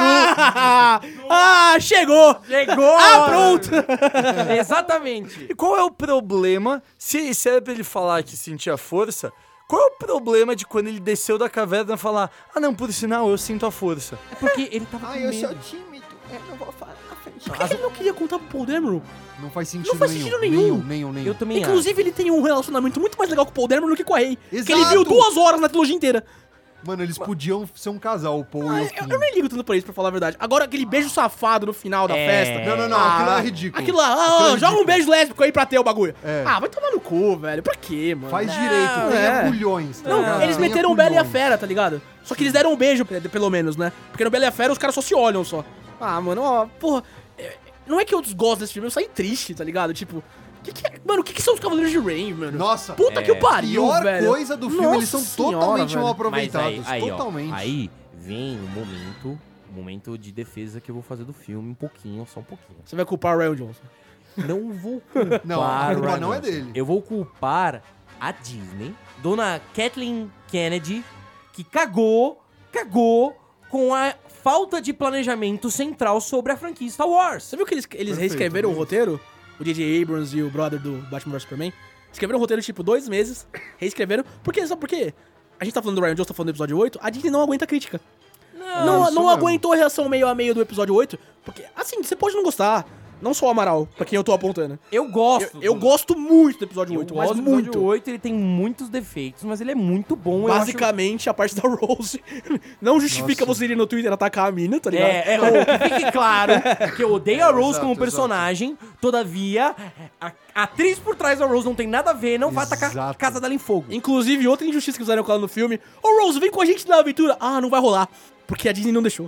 ah, chegou. Chegou! Ah, pronto. Exatamente. E qual é o problema, se, se era pra ele falar que sentia força, qual é o problema de quando ele desceu da caverna falar, ah não, por sinal, eu sinto a força? É porque ele tava com Ai, eu medo. sou tímido. Eu não vou falar na frente. Por que, que ele não queria contar pro Paul Dameron? Não faz sentido Não faz nenhum. sentido nenhum. Nenhum, nenhum, nenhum. Eu também Inclusive, ele tem um relacionamento muito mais legal com o Paul Dameron do que com a Rey. Que ele Exato. viu duas horas na trilogia inteira. Mano, eles podiam ser um casal, o Paul Ah, e o eu, Finn. eu nem ligo tanto pra isso, pra falar a verdade. Agora, aquele beijo safado no final da É. festa. Não, não, não, Ah, aquilo é ridículo. Aquilo lá, ah, Aquilo é joga um ridículo. beijo lésbico aí pra ter o bagulho. É. Ah, vai tomar no cu, velho. Pra quê, mano? Faz Não, direito, tenha é. culhões. tá Não, ligado? eles Tenha meteram o Bela e a culhões. Fera, tá ligado? Só que eles deram um beijo, pe- pelo menos, né? Porque no Bela e a Fera os caras só se olham só. Ah, mano, ó, porra. é- Não é que eu desgosto desse filme, eu saí triste, tá ligado? Tipo, que que é- mano, o que, que são os Cavaleiros de Rain, mano? Nossa, Puta É. que o pariu, pior velho. coisa do filme, Nossa eles são senhora, totalmente velho. mal Mas aproveitados. aí, aí, ó, totalmente. aí vem um momento, um momento de defesa que eu vou fazer do filme, um pouquinho, só um pouquinho. Você vai culpar o Ryan Johnson. Não vou culpar Não, a culpa Ryan não é Johnson. dele. Eu vou culpar a Disney, dona Kathleen Kennedy, que cagou, cagou com a falta de planejamento central sobre a franquia Star Wars. Você viu que eles, eles Perfeito, reescreveram o perfeito. roteiro? O J J Abrams e o brother do Batman vs Superman? Escreveram o roteiro, tipo, dois meses, reescreveram. Por quê? Sabe por quê? A gente tá falando do Ryan Johnson, tá falando do episódio oito, a Disney não aguenta crítica. Não, não isso não mesmo. aguentou a reação meio a meio do episódio oito, porque, assim, você pode não gostar. Não só o Amaral, pra quem eu tô apontando. eu gosto. Eu, eu do- gosto muito do episódio eu oito, gosto mas do muito. episódio oito, ele tem muitos defeitos, mas ele é muito bom. eu Basicamente, a parte da Rose não justifica Nossa. você ir no Twitter atacar a mina, tá acho... ligado? É, é, ô, que fique claro que eu odeio a Rose Exato, como exato. personagem, todavia, a, a atriz por trás da Rose não tem nada a ver, não vai atacar a Exato. casa dela em fogo. Inclusive, outra injustiça que fizeram com ela no filme. Ô, Rose, vem com a gente na aventura. Ah, não vai rolar. Porque a Disney não deixou.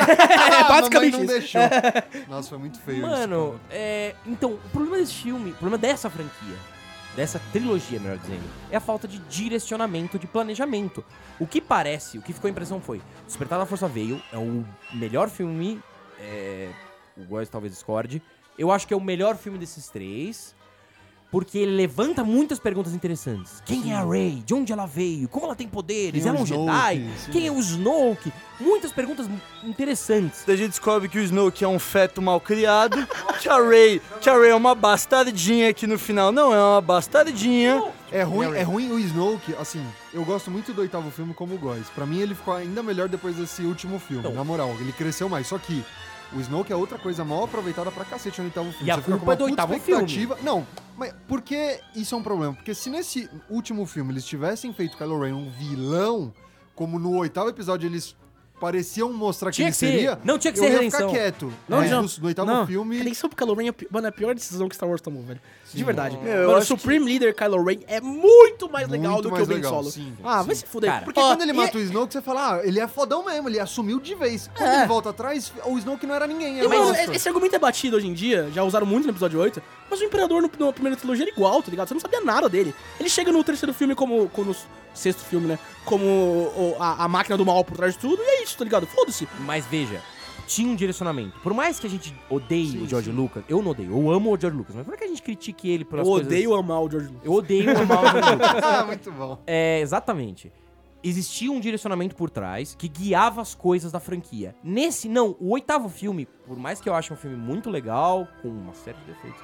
é Ah, basicamente mamãe não isso. deixou. Nossa, foi muito feio Mano, isso. é, então, o problema desse filme, o problema dessa franquia, dessa trilogia, melhor dizendo, é a falta de direcionamento, de planejamento. O que parece, o que ficou a impressão foi, Despertar da Força veio, é o melhor filme, é, o Góis talvez discorde, eu acho que é o melhor filme desses três, porque ele levanta muitas perguntas interessantes. Quem é a Rey? De onde ela veio? Como ela tem poderes? Quem é ela é o um Jedi? Snoke? Sim. Quem é o Snoke? Muitas perguntas interessantes. A gente descobre que o Snoke é um feto mal criado, que a Rey, que a Rey é uma bastardinha que no final não é uma bastardinha. É ruim, é ruim o Snoke, assim, eu gosto muito do oitavo filme como o Góis. Pra mim ele ficou ainda melhor depois desse último filme, Não. na moral, ele cresceu mais. Só que o Snoke é outra coisa mal aproveitada pra cacete no oitavo filme. E a Você fica culpa com uma é do puta oitavo expectativa. Não, mas por que isso é um problema? Porque se nesse último filme eles tivessem feito Kylo Ren um vilão, como no oitavo episódio eles pareciam mostrar que Tinha ele que ser- seria, não tinha que eu ser ia redenção. ficar quieto. Não, Mas não. no, no oitavo Não, filme... redenção pro Kylo Ren é, pi- mano, é a pior decisão que Star Wars tomou, velho. De verdade. Meu, eu mano, o acho Supreme Leader Kylo Ren é muito mais legal Muito do que mais o Ben legal, Solo. sim, ah, sim. vai se fuder. Cara, Porque Ó, quando ele e- mata o Snoke, você fala, ah, ele é fodão mesmo, ele assumiu de vez. Quando É. ele volta atrás, o Snoke não era ninguém, E, era mano, bosta. esse argumento é batido hoje em dia, já usaram muito no episódio oito, mas o Imperador no, na primeira trilogia era igual, tá ligado? Você não sabia nada dele. Ele chega no terceiro filme como, como no sexto filme, né? Como o- a, a máquina do mal por trás de tudo, e é isso, tá ligado? Foda-se. Mas veja, tinha um direcionamento. Por mais que a gente odeie Sim, o George sim. Lucas, eu não odeio, eu amo o George Lucas, mas por que a gente critique ele pelas Eu coisas... odeio amar o George Lucas. Eu odeio amar o George Lucas. Ah, muito bom. É, exatamente. Existia um direcionamento por trás que guiava as coisas da franquia. Nesse, não, o oitavo filme, por mais que eu ache um filme muito legal, com uma série de defeitos,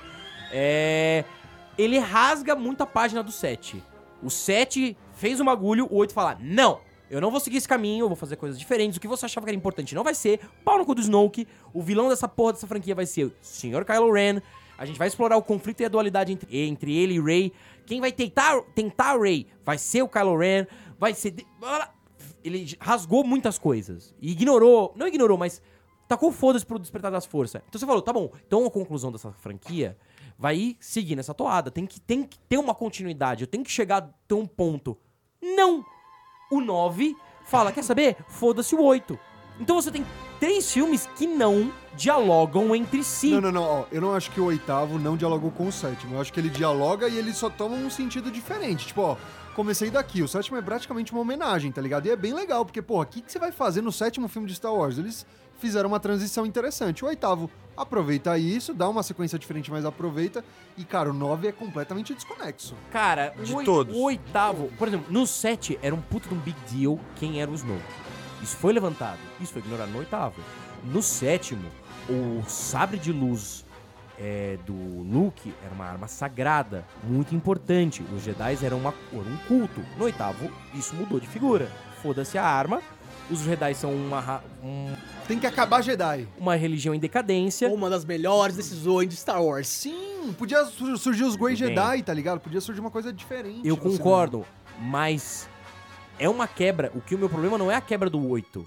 é, ele rasga muito a página do sete. O sete fez um bagulho, o oito fala, não, eu não vou seguir esse caminho, eu vou fazer coisas diferentes, o que você achava que era importante não vai ser, pau no cu do Snoke, o vilão dessa porra dessa franquia vai ser o senhor Kylo Ren, a gente vai explorar o conflito e a dualidade entre, entre ele e Rey, quem vai tentar, tentar Rey vai ser o Kylo Ren, vai ser... de- Ele rasgou muitas coisas, e ignorou, não ignorou, mas tacou foda-se pro Despertar das Forças. Então você falou, tá bom, então a conclusão dessa franquia vai ir seguir nessa toada, tem que, tem que ter uma continuidade, eu tenho que chegar a ter um ponto. Não! O nove fala, quer saber? Foda-se o oito. Então você tem três filmes que não dialogam entre si. Não, não, não, ó, eu não acho que o oitavo não dialogou com o sétimo. Eu acho que ele dialoga e ele só toma um sentido diferente. Tipo, ó, comecei daqui. O sétimo é praticamente uma homenagem, tá ligado? E é bem legal, porque, porra, o que, que você vai fazer no sétimo filme de Star Wars? Eles fizeram uma transição interessante. O oitavo aproveita isso, dá uma sequência diferente, mas aproveita. E, cara, o nove é completamente desconexo. Cara, De o, oi- todos. o oitavo... Por exemplo, no sete era um puto de um big deal quem era o Snoke. Isso foi levantado. Isso foi ignorado no oitavo. No sétimo, o sabre de luz é, do Luke era uma arma sagrada, muito importante. Os Jedi eram, uma, eram um culto. No oitavo, isso mudou de figura. Foda-se a arma. Os Jedi são uma, ra- um- Tem que acabar Jedi. uma religião em decadência. Uma das melhores decisões de Star Wars. Sim, podia sur- surgir os Grey Tudo bem. Jedi, tá ligado? Podia surgir uma coisa diferente. Eu no cinema. concordo, mas é uma quebra. O que o meu problema não é a quebra do oito.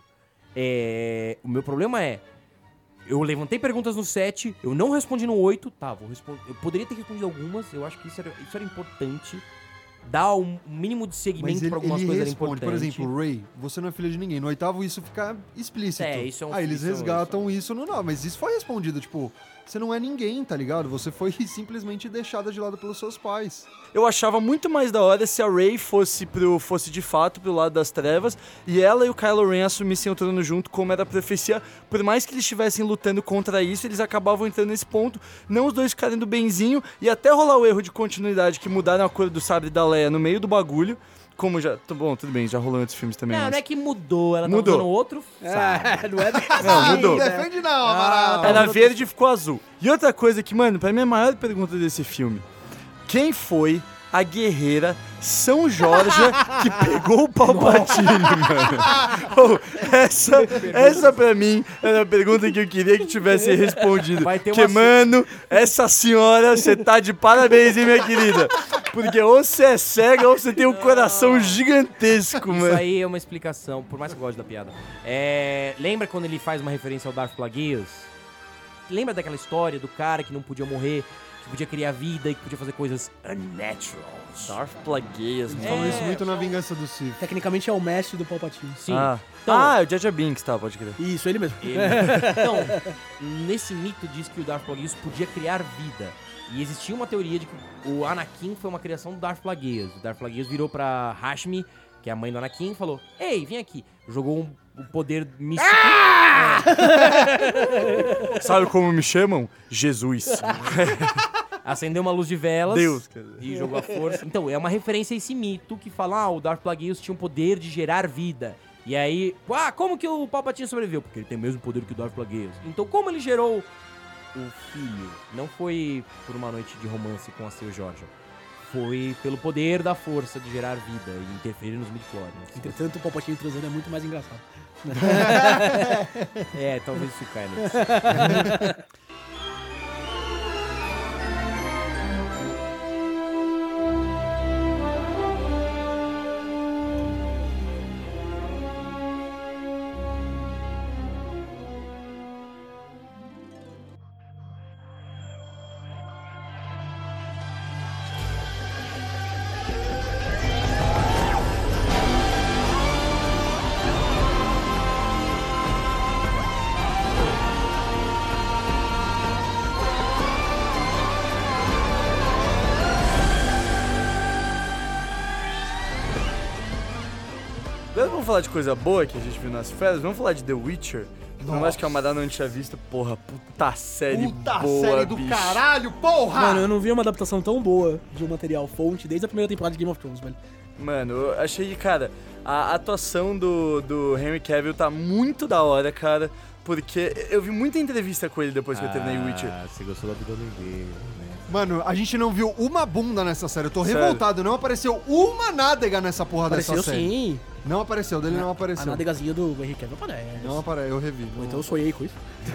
É... O meu problema é... Eu levantei perguntas no sete, eu não respondi no oito. Tá, vou responder. Eu poderia ter respondido algumas, eu acho que isso era, isso era importante. Dar um mínimo de Mas segmento ele, pra algumas ele coisas era responde, importante. por exemplo, Rey, você não é filha de ninguém. No oitavo isso fica explícito. É, isso é um- Aí eles isso é um- resgatam isso no nove, mas isso foi respondido, tipo, você não é ninguém, tá ligado? Você foi simplesmente deixada de lado pelos seus pais. Eu achava muito mais da hora se a Rey fosse, pro, fosse de fato pro lado das trevas e ela e o Kylo Ren assumissem o trono junto, como era a profecia. Por mais que eles estivessem lutando contra isso, eles acabavam entrando nesse ponto, não os dois ficarem do benzinho e até rolar o erro de continuidade que mudaram a cor do sabre da Leia no meio do bagulho. Como já... tá bom, tudo bem, já rolou em outros filmes também. Não, mas... não é que mudou, ela Mudou. tá usando outro sabe? É, não é bem Não, mudou. Não defende não, Amaral. Era verde e ficou azul. E outra coisa que, mano, pra mim a maior pergunta desse filme: quem foi a guerreira São Jorge que pegou o Palpatine, mano? Oh, essa, essa pra mim era a pergunta que eu queria que tivesse respondido. Vai ter Porque, uma- mano, essa senhora, você tá de parabéns, hein, minha querida? Porque ou você é cega ou você tem um coração gigantesco, Isso mano. aí é uma explicação, por mais que eu goste da piada. É, lembra quando ele faz uma referência ao Darth Plagueis? Lembra daquela história do cara que não podia morrer, que podia criar vida e que podia fazer coisas unnaturals? Darth Plagueis, mano. Falou isso É, muito na Vingança do Sith. Tecnicamente é o mestre do Palpatine. Sim. Ah, Então, ah, é o Jar Jar Binks, tá, pode crer. Isso, ele mesmo. ele- então, nesse mito diz que o Darth Plagueis podia criar vida. E existia uma teoria de que o Anakin foi uma criação do Darth Plagueis. O Darth Plagueis virou pra Hashmi, que é a mãe do Anakin, e falou: Ei, vem aqui. Jogou um, um poder místico. Sabe como me chamam? Jesus. Acendeu uma luz de velas. Deus, cara. E jogou a força. Então, é uma referência a esse mito que fala, ah, o Darth Plagueis tinha um poder de gerar vida. E aí, ah, como que o Palpatine sobreviveu? Porque ele tem o mesmo poder que o Darth Plagueis. Então, como ele gerou o filho? Não foi por uma noite de romance com a Seu Jorge. Foi pelo poder da força de gerar vida e interferir nos midi-chlorians. Entretanto, o Palpatine transando é muito mais engraçado. É, talvez isso caia nisso. falar de coisa boa que a gente viu nas férias, vamos falar de The Witcher. Não Nossa. acho que a Amará não tinha visto, porra, puta série Puta boa, série do bicho. caralho, porra! Mano, eu não vi uma adaptação tão boa de um material fonte desde a primeira temporada de Game of Thrones, velho. Mano, eu achei que, cara, a atuação do, do Henry Cavill tá muito da hora, cara, porque eu vi muita entrevista com ele depois que eu terminei o Witcher. Ah, você gostou da vida dele, né? Mano, a gente não viu uma bunda nessa série. Eu tô Sério? revoltado. Não apareceu uma nádega nessa porra Apareceu dessa série. sim. Não apareceu, dele não A apareceu. nadegazinha do Henry Cavill aparece. Não apareceu, eu revi. Ou então eu sonhei com isso.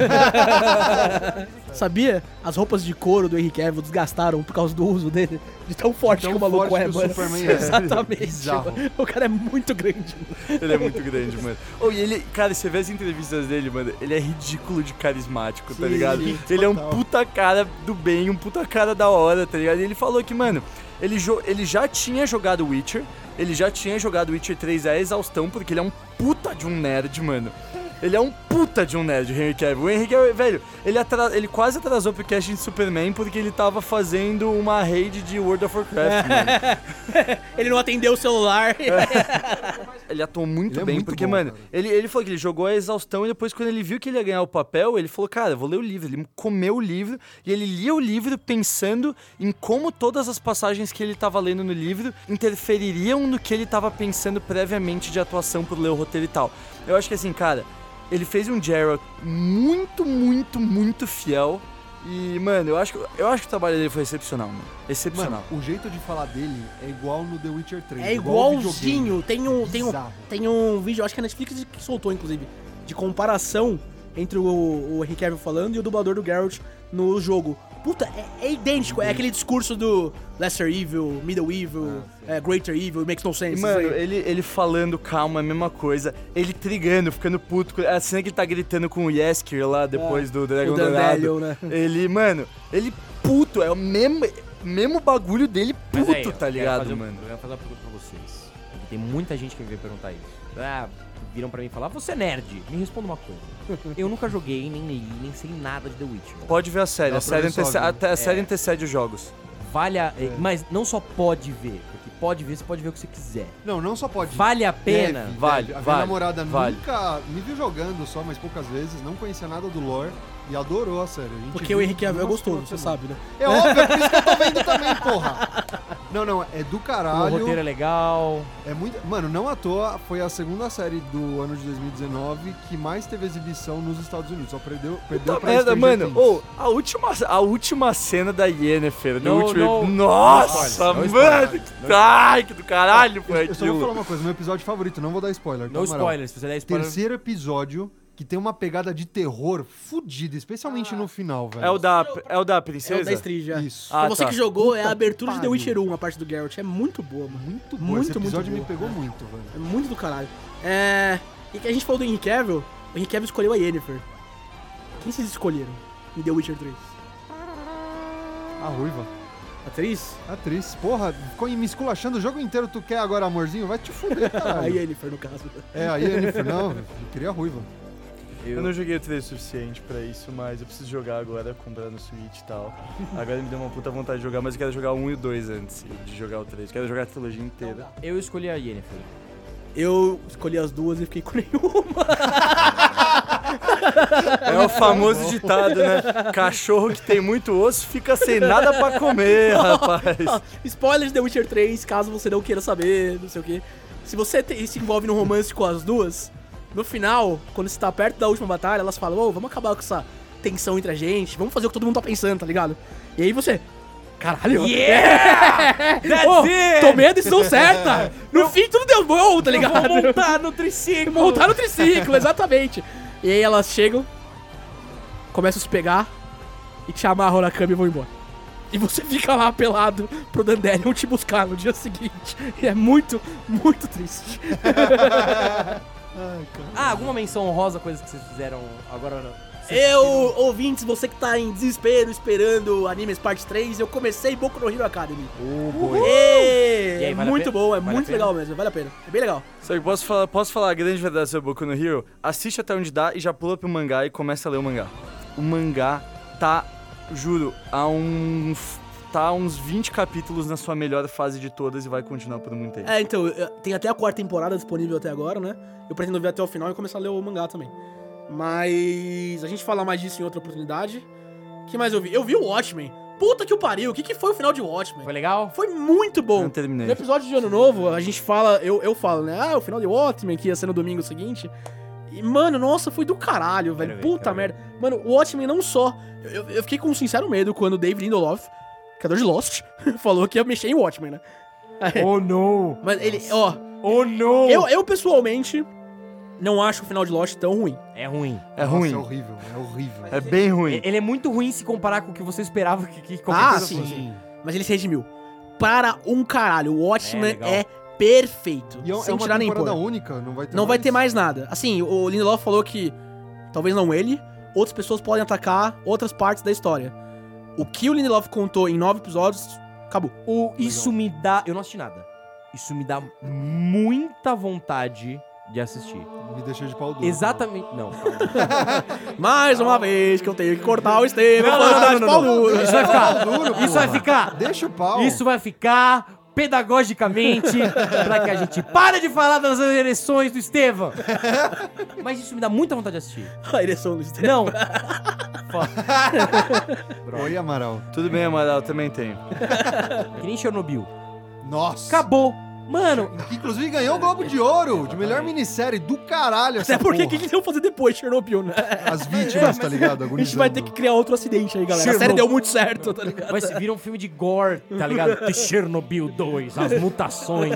Sabia? As roupas de couro do Henry Cavill desgastaram por causa do uso dele. De tão forte Tão que o maluco forte é, que o mano. Superman é. Exatamente. Bizarro. Mano. O cara é muito grande. Mano. Ele é muito grande, mano. Oh, e ele, cara, você vê as entrevistas dele, mano, ele é ridículo de carismático, tá Sim, ligado? sim, Ele é um total. puta cara do bem, um puta cara da hora, tá ligado? E ele falou que, mano, ele, jo- ele já tinha jogado Witcher, ele já tinha jogado Witcher três à exaustão, porque ele é um puta de um nerd, mano. Ele é um puta de um nerd, o Henry Cavill. O Henry Cavill, velho, ele, atra- ele quase atrasou pro casting de Superman porque ele tava fazendo uma raid de World of Warcraft, mano. Ele não atendeu o celular. Ele atuou muito Ele é bem, muito porque, bom, mano, cara. ele, ele falou que ele jogou a exaustão e depois, quando ele viu que ele ia ganhar o papel, ele falou, cara, eu vou ler o livro. Ele comeu o livro e ele lia o livro pensando em como todas as passagens que ele tava lendo no livro interfeririam no que ele tava pensando previamente de atuação por ler o roteiro e tal. Eu acho que assim, cara, ele fez um Geralt muito, muito, muito fiel. E, mano, eu acho, que- eu acho que o trabalho dele foi excepcional, mano. Excepcional. Mano, o jeito de falar dele é igual no The Witcher três. É igual ao igualzinho. videogame. Tem um, tem, um, Bizarro. tem um vídeo, acho que a Netflix que soltou, inclusive, de comparação entre o, o Henry Cavill falando e o dublador do Geralt no jogo. Puta, é, é idêntico. É aquele discurso do Lesser Evil, Middle Evil, é, Greater Evil, it makes no sense. E, mano, isso aí. ele, ele falando calma, é a mesma coisa. Ele trigando, ficando puto. A cena que ele tá gritando com o Yesker lá depois do Dragão o Dourado. Dandelion, né? Ele, mano, ele puto. É o mesmo, mesmo bagulho dele Mas puto, aí, eu tá quero ligado, fazer um- mano? Eu quero fazer uma pergunta pra vocês. Porque tem muita gente que veio perguntar isso. Ah, viram pra mim falar, você é nerd. Me responda uma coisa. Eu nunca joguei, nem li, nem sei nada de The Witcher. Pode ver a série. Dá A pra série, ver só, antece- viu? até a série É. antecede os jogos. Vale a... Mas não só pode ver, porque pode ver, você pode ver o que você quiser. Não, não só pode. Vale a pena? Deve, Vale, deve. A minha vale, namorada vale. nunca me viu jogando só, mas poucas vezes, não conhecia nada do lore e adorou a série. A gente Porque viu o Henry Cavill é duas gostoso, por você semana. sabe, né? É óbvio, é por isso que eu tô vendo também, porra. Não, não, é do O caralho. roteiro é legal. É muito. Mano, não à toa foi a segunda série do ano de dois mil e dezenove que mais teve exibição nos Estados Unidos. Só perdeu, perdeu Puta pra merda, Stranger mano. Things. Ô, a última, a última cena da Yennefer. Não, no último... não. Nossa, Não spoiler, não mano. spoiler. Que... Ai, que do caralho foi Eu, eu só vou falar aquilo. uma coisa, meu episódio favorito, não vou dar spoiler. No tá, Amaral? spoiler, se você der spoiler... Terceiro episódio que tem uma pegada de terror fudida, especialmente no final, velho. É o da, é o da É o princesa? da Stridge, já. Isso. Ah, Pra você tá. que jogou, é Puta a abertura de The pariu. Witcher um, a parte do Geralt. É muito boa, mano. Muito bom. Muito, Esse muito episódio boa. me pegou muito, velho. É muito do caralho. É... E que a gente falou do Henry Cavill, o Henry Cavill escolheu a Yennefer. Quem vocês escolheram em The Witcher três? A ruiva. Atriz? Atriz. Porra, ficou me esculachando o jogo inteiro. Tu quer agora amorzinho? Vai te fuder, A caralho. Yennefer, no caso. É, a Yennefer, não, eu queria a ruiva. Eu não joguei o três o suficiente pra isso, mas eu preciso jogar agora, comprar no Switch e tal. Agora me deu uma puta vontade de jogar, mas eu quero jogar o um e o dois antes de jogar o três. Quero jogar a trilogia inteira. Eu escolhi a Yennefer. Eu escolhi as duas e fiquei com nenhuma. É o famoso ditado, né? Cachorro que tem muito osso fica sem nada pra comer, rapaz. Spoilers de The Witcher três, caso você não queira saber, não sei o quê. Se você te- se envolve num romance com as duas, no final, quando você tá perto da última batalha, elas falam, ô, vamos acabar com essa tensão entre a gente, vamos fazer o que todo mundo tá pensando, tá ligado? E aí você... Caralho! Yeah! That's Ô, it! tomei a decisão certa! No fim tudo deu bom, tá ligado? Vou montar no triciclo. Montar no triciclo, exatamente. E aí elas chegam, começam a se pegar e te amarram na cama e vão embora. E você fica lá pelado pro Dandelion te buscar no dia seguinte. E é muito, muito triste. Ah, alguma menção honrosa, coisas que vocês fizeram agora? Eu, ouvintes, você que tá em desespero esperando Animes Parte três, eu comecei Boku no Hero Academy. Oh, boy. Ê, E aí, vale a muito pena? bom, é Vale a muito pena? legal mesmo, vale a pena. É bem legal. Só que posso falar, posso falar a grande verdade sobre Boku no Hero? Assiste até onde dá e já pula pro mangá e começa a ler o mangá. O mangá tá, juro, a um... tá uns vinte capítulos na sua melhor fase de todas e vai continuar por muito tempo. É, então, eu- tem até a quarta temporada disponível até agora, né? Eu pretendo ver até o final e começar a ler o mangá também. Mas a gente fala mais disso em outra oportunidade. O que mais eu vi? Eu vi o Watchmen. Puta que o pariu, o que, que foi o final de Watchmen? Foi legal? Foi muito bom. Não terminei. No episódio de Ano Novo, a gente fala, eu, eu falo, né? Ah, o final de Watchmen, que ia ser no domingo seguinte. E, mano, nossa, foi do caralho, velho. Quero ver, Puta quero ver. merda. Mano, o Watchmen não só... Eu, eu fiquei com um sincero medo quando o David Lindelof, criador de Lost, falou que ia mexer em Watchmen, né? Aí- Oh, não! Mas ele, ó... Oh, não! Eu, eu, pessoalmente, não acho o final de Lost tão ruim. É ruim. É Nossa, ruim. é horrível, é horrível. É bem ruim. Ele é muito ruim se comparar com o que você esperava que, que qualquer Ah, coisa sim, fosse. sim. Mas ele se redimiu. Para um caralho. O Watchmen É, legal. é, perfeito. E é, sem é uma tirar nem temporada pôr. única, não vai ter Não vai ter mais nada. Assim, o Lindelof falou que, talvez não ele, outras pessoas podem atacar outras partes da história. O que o Lindelof contou em nove episódios, acabou. O, isso me dá... Eu não assisti nada. Isso me dá muita vontade de assistir. Me deixou de pau duro. Exatamente... Não. Mais uma vez que eu tenho que cortar o Estevam Não, falando não, de não, pau não, duro. Isso vai ficar... Duro, Isso vai porra. ficar... Deixa o pau. Isso vai ficar pedagogicamente pra que a gente pare de falar das ereções do Estevam. Mas isso me dá muita vontade de assistir. A ereção do Estevam. Não. Oi, Amaral. Tudo bem, Amaral, também tenho. Que nem Chernobyl. Nossa. Acabou. Mano, Que inclusive ganhou o Globo de Ouro, de melhor minissérie do caralho essa Até porque o porra. que, que eles vão fazer depois de Chernobyl, né? As vítimas, tá ligado? A gente vai ter que criar outro acidente aí, galera. A série Chernobyl. deu muito certo, tá ligado? vai se virar um filme de gore, tá ligado? The Chernobyl dois, as mutações.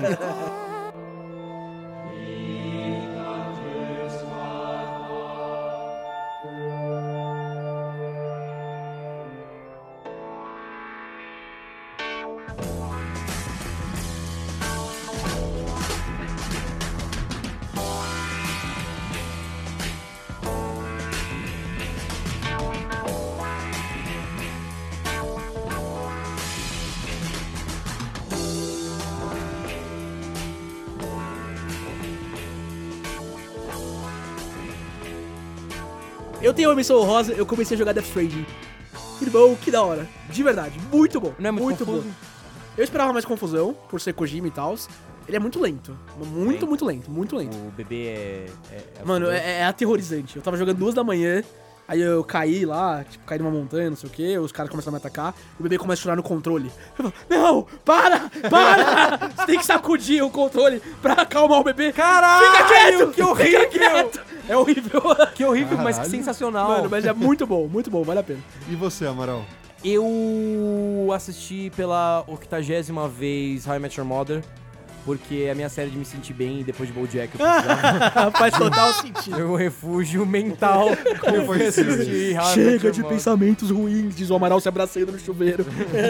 Eu tenho uma missão honrosa, eu comecei a jogar Death Stranding. Irmão, que da hora. De verdade, muito bom. Não é muito bom. confuso? Eu esperava mais confusão, por ser Kojima e tal. Ele é muito lento. Muito, Lento. muito lento, muito lento. O bebê é... é- é Mano, assustador. é, é aterrorizante. Eu tava jogando duas da manhã, aí eu caí lá, tipo, caí numa montanha, não sei o que, os caras começaram a me atacar, o bebê começa a chorar no controle. Eu falo, não, para, para! Você tem que sacudir o controle pra acalmar o bebê. Caralho, Fica quieto! que horrível! Fica quieto! É horrível. Que horrível, mas que Caralho. sensacional. Mano, mas é muito bom, muito bom, vale a pena. E você, Amaral? Eu assisti pela octagésima vez How I Met Your Mother, porque é a minha série de me sentir bem depois de BoJack. Eu precisava. Faz total sentido. Meu refúgio mental. Eu fui assistir How I Met Chega Your de Mother. pensamentos ruins, diz o Amaral se abraçando no chuveiro.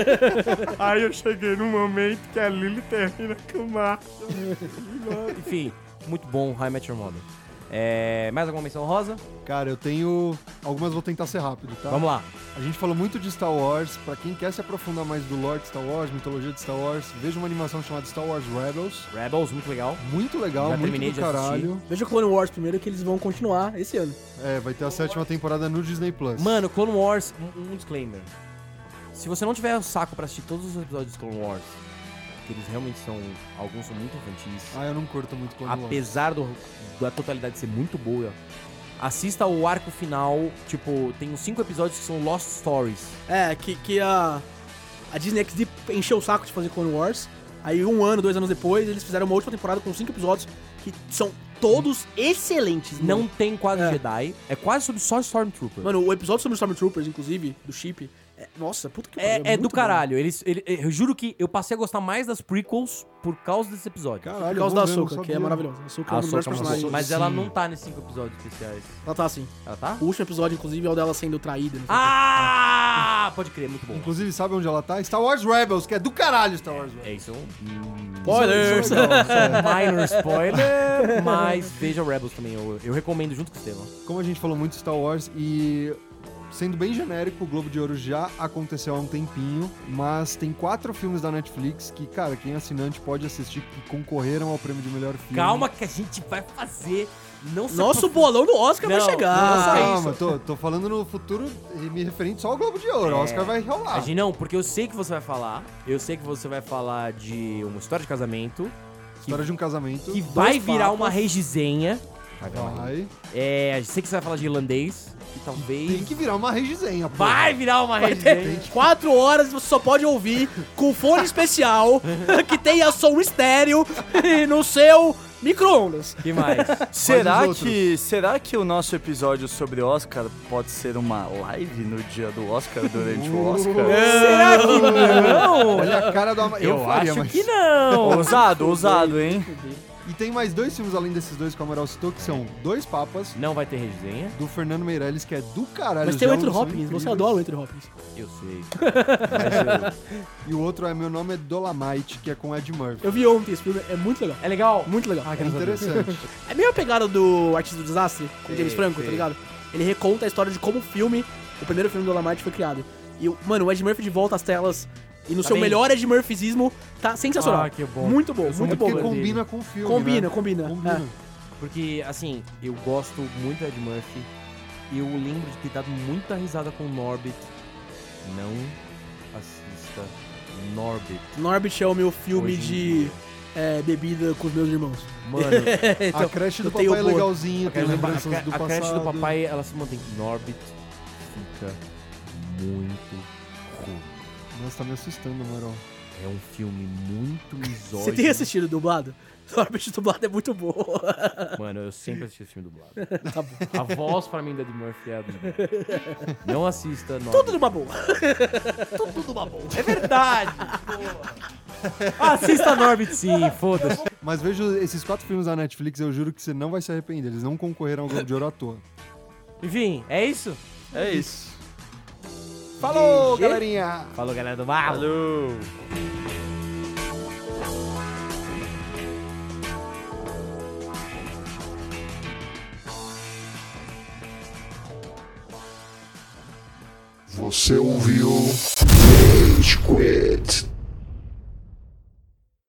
Aí eu cheguei num momento que a Lily termina com o Marshall. Enfim, muito bom How I Met Your Mother. É, mais alguma menção rosa? Cara, eu tenho... Algumas vou tentar ser rápido, tá? Vamos lá. A gente falou muito de Star Wars. Pra quem quer se aprofundar mais do lore de Star Wars, mitologia de Star Wars, veja uma animação chamada Star Wars Rebels. Rebels, muito legal. Muito legal, Já muito terminei do de assistir. caralho. Veja o Clone Wars primeiro, que eles vão continuar esse ano. É, vai ter a sétima temporada no Disney Plus. Mano, Clone Wars, um, um disclaimer. Se você não tiver o saco pra assistir todos os episódios de Clone Wars, que eles realmente são... Alguns são muito infantis. Ah, eu não curto muito Clone Wars. Apesar do, da totalidade ser muito boa, assista o arco final. Tipo, tem uns cinco episódios que são Lost Stories. É, que, que a, a Disney X D encheu o saco de fazer Clone Wars. Aí um ano, dois anos depois, eles fizeram uma última temporada com cinco episódios que são todos excelentes. Não mano. tem quase É. Jedi. É quase sobre só Stormtrooper. Mano, o episódio sobre os Stormtroopers, inclusive, do chip, é, nossa, puta que é, pariu, é do muito caralho. Eles, ele, eu juro que eu passei a gostar mais das prequels por causa desse episódio. bom. Caralho, Por causa eu da vou ver, eu não Ahsoka, que é sabia. maravilhosa. A Ahsoka é A um dos melhores Ahsoka é uma personagens. Ahsoka, mas Sim. ela não tá nesses cinco episódios especiais. Ela tá assim. Ela tá? O último episódio, inclusive, é o dela sendo traída. não sei o Ah! Pode crer, muito bom. Inclusive, sabe onde ela tá? Star Wars Rebels, que é do caralho Star Wars Rebels. É isso. Hum, quê. Spoilers! Isso é legal, sério. minor spoiler, mas veja Rebels também. Eu, eu recomendo junto com o Estevam. Como a gente falou muito de Star Wars e... Sendo bem genérico, o Globo de Ouro já aconteceu há um tempinho, mas tem quatro filmes da Netflix que, cara, quem é assinante pode assistir, que concorreram ao prêmio de melhor filme. Calma que a gente vai fazer Não se Nosso aprofunda- bolão do Oscar Não, vai chegar. não, só Calma, isso. tô, tô falando no futuro e me referente só ao Globo de Ouro. O Oscar vai rolar. A gente, não, porque eu sei que você vai falar. Eu sei que você vai falar de uma história de casamento. História de um casamento. Que vai virar papas. uma regizenha. Vai virar uma Vai. É, sei que você vai falar de irlandês. Que talvez. Tem que virar uma regizenha, pô. Vai virar uma Vai regizenha. ter quatro horas você só pode ouvir com fone especial que tenha som estéreo no seu micro-ondas. Que mais? Será os que, será que o nosso episódio sobre Oscar pode ser uma live no dia do Oscar, durante o Oscar? Será que não? Olha a cara do Ama... Eu, faria, acho mas... que não. Ousado, ousado, hein? E tem mais dois filmes além desses dois que o Amaral citou, que são Dois Papas, Não vai ter resenha. do Fernando Meirelles, que é do caralho. Mas os tem o diálogos Anthony são Hopkins, incríveis. você adora o Anthony Hopkins. Eu sei. E o outro é Meu Nome é Dolomite, que é com Ed Murphy. Eu vi ontem esse filme, é muito legal. É legal? Muito legal. É interessante. É meio a pegada do Artista do Desastre, com Sei, James Franco, sei. tá ligado? Ele reconta a história de como o filme, o primeiro filme do Dolomite foi criado. E, mano, o Ed Murphy de volta às telas e no Tá seu bem? melhor Ed Murphyismo tá sensacional. Ah, que bom. Muito bom, Eu sou muito muito bom. Porque fã velho. combina com o filme, Combina, né? combina. Combina. É. Porque, assim, eu gosto muito do Ed Murphy. E eu lembro de ter dado muita risada com o Norbit. Não assista Norbit. Norbit é o meu filme Hoje em de é, bebida com os meus irmãos. Mano, Então, A creche do eu tenho papai é boa. legalzinha, tem a, lembranças do a passado. creche do papai, ela se mantém. Norbit fica muito ruim. Nossa, tá me assustando, Amaral. É um filme muito misógino. Você tem assistido dublado? Norbit dublado é muito boa. Mano, eu sempre assisti esse filme dublado. Tá bom. A voz pra mim da Ed Murphy é a do... Não assista Norbit. Tudo numa boa. Tudo numa boa. É verdade! Porra. Assista Norbit sim, foda-se. Mas vejo esses quatro filmes da Netflix, eu juro que você não vai se arrepender. Eles não concorreram ao Globo de Ouro à toa. Enfim, é isso? É isso. Falou, G G. galerinha! Falou, galera do mal. Falou! Você ouviu Rage Quit.